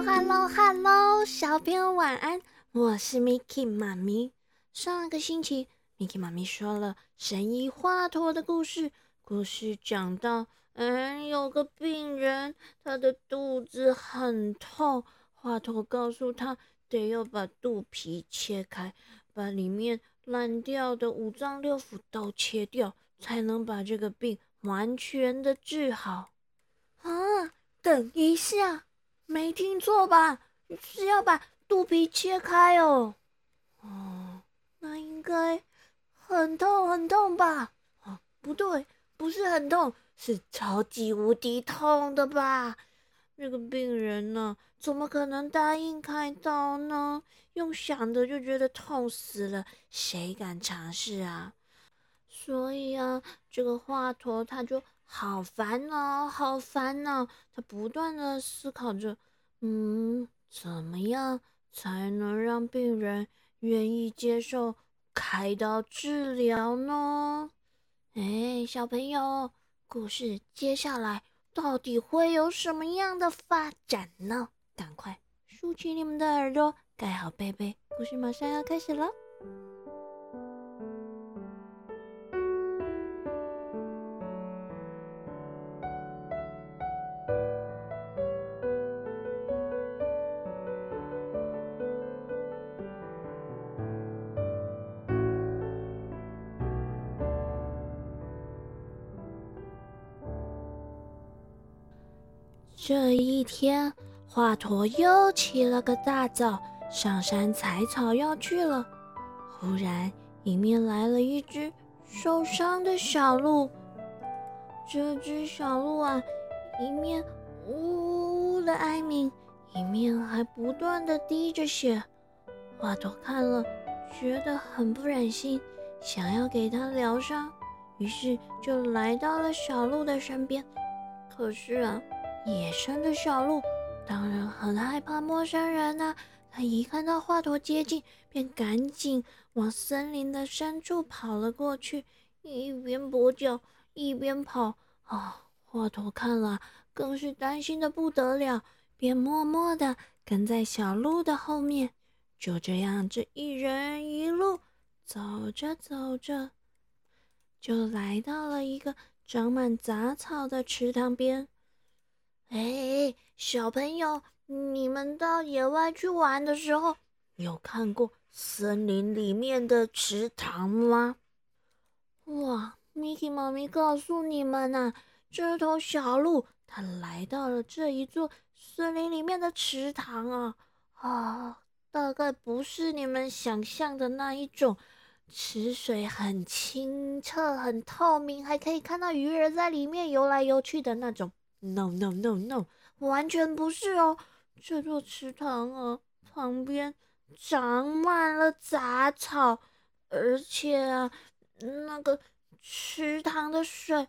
Hello，小朋友晚安，我是 Miki 妈咪。上个星期 Miki 妈咪说了神医华佗的故事，故事讲到，有个病人，他的肚子很痛，华佗告诉他得要把肚皮切开，把里面烂掉的五脏六腑都切掉，才能把这个病完全的治好。啊，等一下，没听错吧？是要把肚皮切开哦。哦，那应该很痛吧？哦，不对，不是很痛，是超级无敌痛的吧？那个病人呢，怎么可能答应开刀呢？用想的就觉得痛死了，谁敢尝试啊？所以啊，这个华佗他就好烦恼，他不断的思考着，怎么样才能让病人愿意接受开刀治疗呢？小朋友，故事接下来到底会有什么样的发展呢？赶快竖起你们的耳朵，盖好被被，故事马上要开始了。这一天，华佗又起了个大早，上山采草要去了。忽然，迎面来了一只受伤的小鹿。这只小鹿啊，一面呜呜的哀鸣，一面还不断的滴着血。华佗看了，觉得很不忍心，想要给它疗伤，于是就来到了小鹿的身边。可是啊，野生的小鹿当然很害怕陌生人啊，它一看到华佗接近，便赶紧往森林的深处跑了过去，一边跛脚一边跑。华佗看了更是担心的不得了，便默默地跟在小鹿的后面。就这样，这一人一路走着走着，就来到了一个长满杂草的池塘边。小朋友，你们到野外去玩的时候，有看过森林里面的池塘吗？哇，Miki 妈咪告诉你们啊，这头小鹿它来到了这一座森林里面的池塘大概不是你们想象的那一种，池水很清澈、很透明，还可以看到鱼儿在里面游来游去的那种。No no no no，完全不是哦。这座池塘啊，旁边长满了杂草，而且啊，那个池塘的水，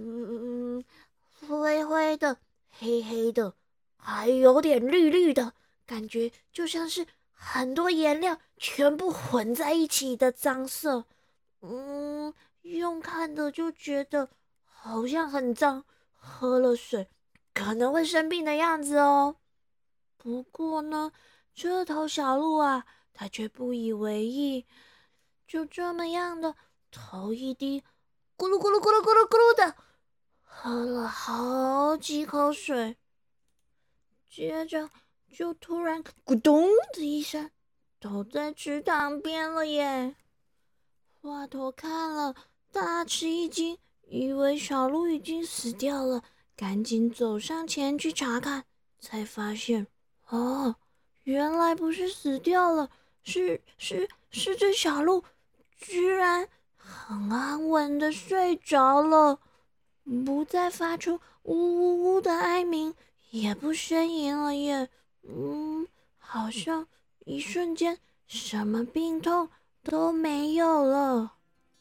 灰灰的、黑黑的，还有点绿绿的，感觉就像是很多颜料全部混在一起的脏色。用看的就觉得好像很脏，喝了水可能会生病的样子哦。不过呢，这头小鹿啊，它却不以为意，就这么样的头一低，咕噜咕噜咕噜咕噜咕噜的喝了好几口水，接着就突然咕咚的一声，倒在池塘边了耶！华佗看了，大吃一惊，以为小鹿已经死掉了，赶紧走上前去查看，才发现，原来不是死掉了，是这小鹿居然很安稳的睡着了，不再发出呜呜呜的哀鸣，也不呻吟了耶。好像一瞬间什么病痛都没有了。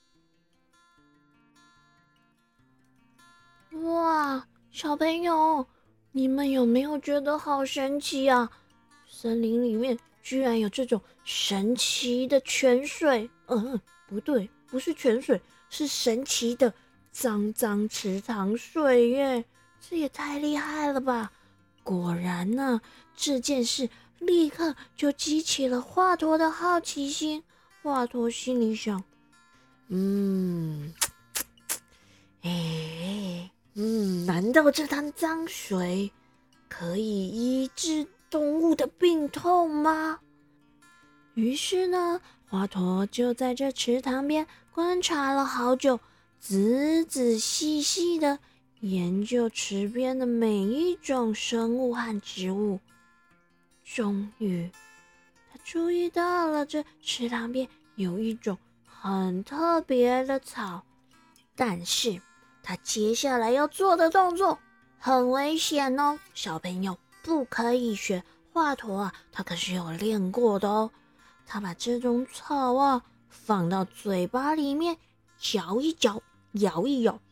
哇，小朋友，你们有没有觉得好神奇啊？森林里面居然有这种神奇的泉水，不对，不是泉水，是神奇的脏池塘水耶！这也太厉害了吧！ 果然呢，这件事立刻就激起了华佗的好奇心。华佗心里想：难道这滩脏水可以医治动物的病痛吗？于是呢，华佗就在这池塘边观察了好久，仔仔细细的研究池边的每一种生物和植物。终于，他注意到了这池塘边有一种很特别的草，但是他接下来要做的动作很危险哦，小朋友不可以学。华佗啊，他可是有练过的哦。他把这种草啊放到嘴巴里面嚼一嚼，咬一咬，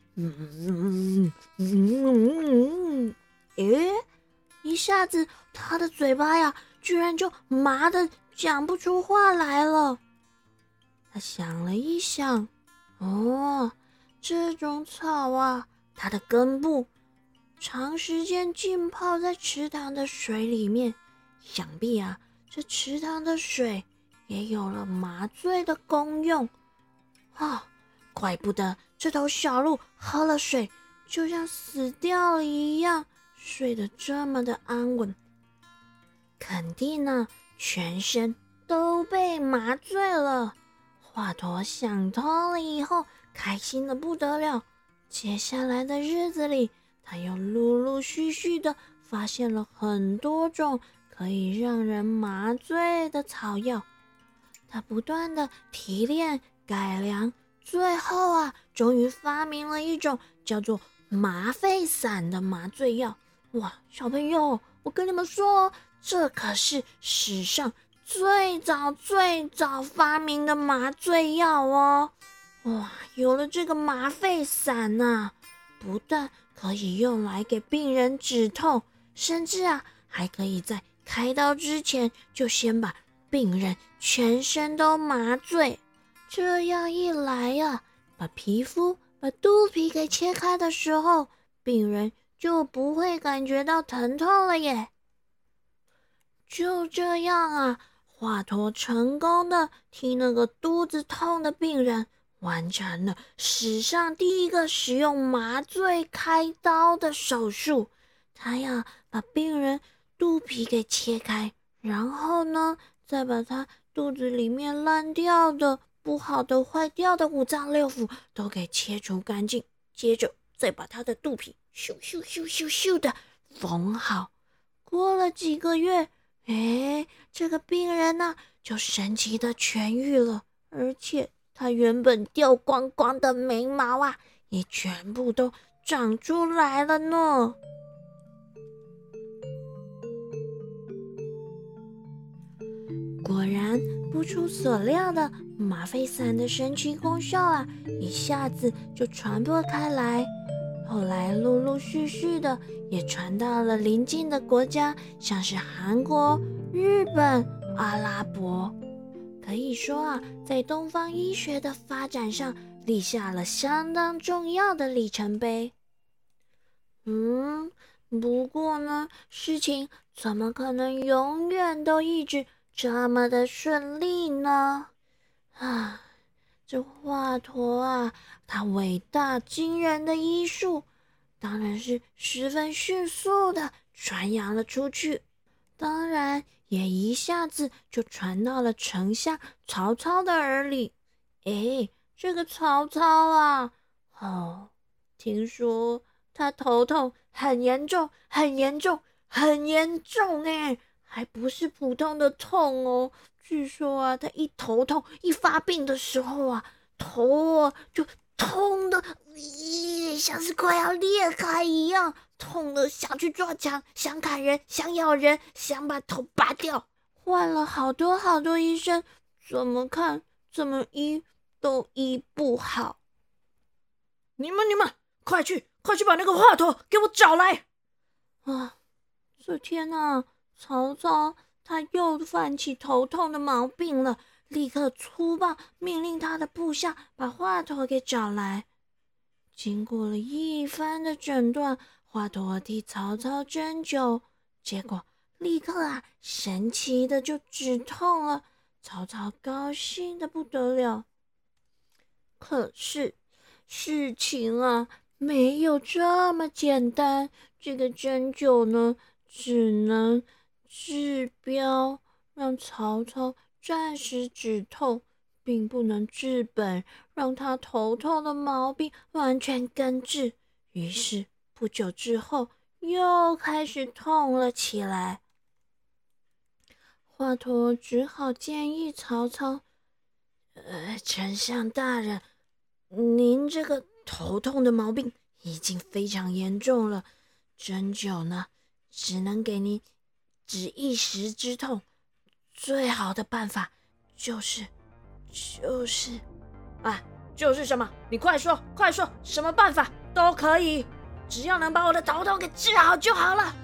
一下子他的嘴巴呀居然就麻得讲不出话来了。他想了一想，这种草啊，它的根部长时间浸泡在池塘的水里面，想必啊，这池塘的水也有了麻醉的功用啊！怪不得这头小鹿喝了水就像死掉了一样，睡得这么的安稳，肯定呢，全身都被麻醉了。华佗想通了以后，开心的不得了。接下来的日子里，他又陆陆续续的发现了很多种可以让人麻醉的草药。他不断的提炼改良，最后啊，终于发明了一种叫做麻沸散的麻醉药。哇，小朋友，我跟你们说，这可是史上最早发明的麻醉药哦。哇，有了这个麻沸散啊，不但可以用来给病人止痛，甚至啊，还可以在开刀之前就先把病人全身都麻醉。这样一来呀，把皮肤、把肚皮给切开的时候，病人就不会感觉到疼痛了耶。就这样啊，华佗成功的替那个肚子痛的病人完成了史上第一个使用麻醉开刀的手术。他呀，把病人肚皮给切开，然后呢，再把他肚子里面烂掉的、不好的、坏掉的五脏六腑都给切除干净，接着再把他的肚皮咻咻咻咻咻的缝好。过了几个月，这个病人呢，就神奇的痊愈了，而且他原本掉光光的眉毛啊，也全部都长出来了呢。果然，不出所料的，麻沸散的神奇功效啊，一下子就传播开来。后来陆陆续续的也传到了邻近的国家，像是韩国、日本、阿拉伯。可以说啊，在东方医学的发展上立下了相当重要的里程碑。不过呢，事情怎么可能永远都一直这么的顺利呢？这华佗啊，他伟大惊人的医术，当然是十分迅速的传扬了出去，当然也一下子就传到了丞相曹操的耳里。这个曹操啊，听说他头痛很严重，很严重，很严重还不是普通的痛哦。据说啊，他一头痛一发病的时候啊，头啊就痛的像是快要裂开一样，痛的想去撞墙，想砍人，想咬人，想把头拔掉。换了好多医生，怎么看怎么医都医不好。你们快去把那个华佗给我找来！这天啊，曹操他又犯起头痛的毛病了，立刻粗暴命令他的部下把华佗给找来。经过了一番的诊断，华佗替曹操针灸， 结果立刻神奇的就止痛了。曹操高兴的不得了。可是事情没有这么简单，这个针灸呢，只能治标，让曹操暂时止痛，并不能治本，让他头痛的毛病完全根治。于是不久之后，又开始痛了起来。华佗只好建议曹操：“丞相大人，您这个头痛的毛病已经非常严重了，针灸呢，只能给您治一时之痛，最好的办法就是什么？你快说，快说，什么办法都可以，只要能把我的头痛给治好就好了。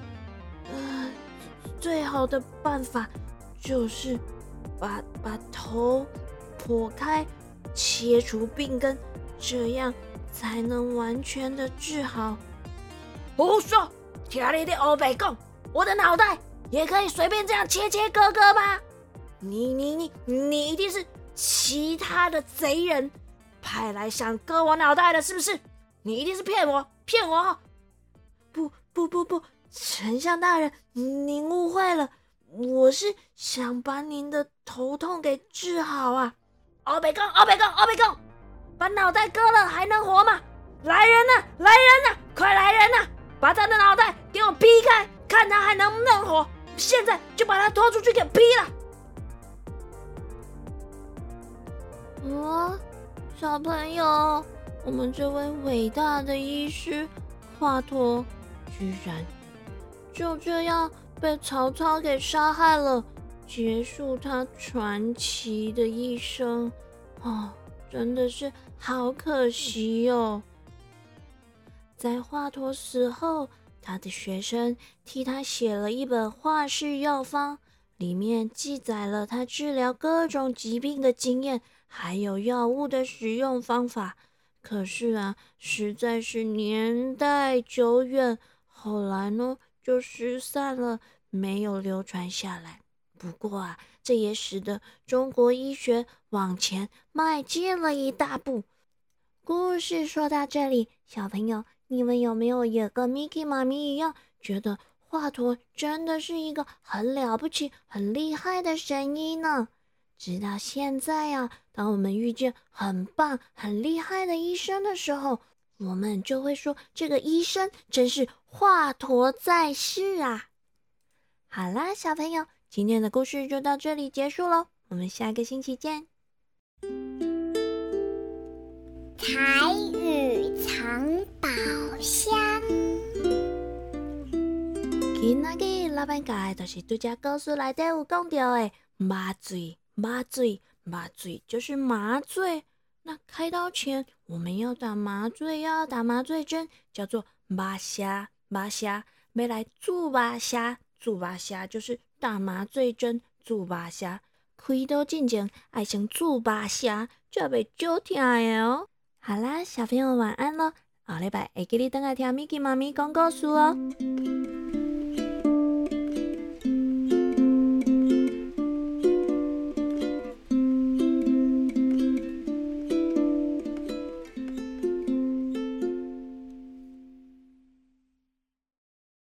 最好的办法就是把头剖开，切除病根，这样才能完全的治好。”胡说！听你的欧北讲，我的脑袋也可以随便这样切切割割吗？你一定是其他的贼人派来想割我脑袋的，是不是？你一定是骗我！不，丞相大人，您误会了，我是想把您的头痛给治好啊！欧北讲，把脑袋割了还能活吗？来人呐，快来人呐！把他的脑袋给我劈开，看他还能不能活！现在就把他拖出去给劈了！小朋友，我们这位伟大的医师华佗，居然就这样被曹操给杀害了，结束他传奇的一生。真的是好可惜哦。在华佗死后，他的学生替他写了一本化式药方，里面记载了他治疗各种疾病的经验，还有药物的使用方法。可是实在是年代久远，后来呢就失散了，没有流传下来。不过这也使得中国医学往前迈进了一大步。故事说到这里，小朋友，你们有没有也跟 Miki 妈咪一样，觉得华佗真的是一个很了不起、很厉害的神医呢？直到现在当我们遇见很棒、很厉害的医生的时候，我们就会说这个医生真是华佗在世啊！好啦，小朋友，今天的故事就到这里结束咯，我们下个星期见。 台语藏宝箱。 今仔日老板教就是对这故事内底有讲到的麻醉就是麻醉。那开刀前我们要打麻醉药，打麻醉针叫做麻射，要来注麻射就是打麻醉针，注麻射。开刀之前要先注麻射，才袂少痛的哦。好啦，小朋友晚安咯，下礼拜会记得回来听 Miki 妈咪讲故事哦。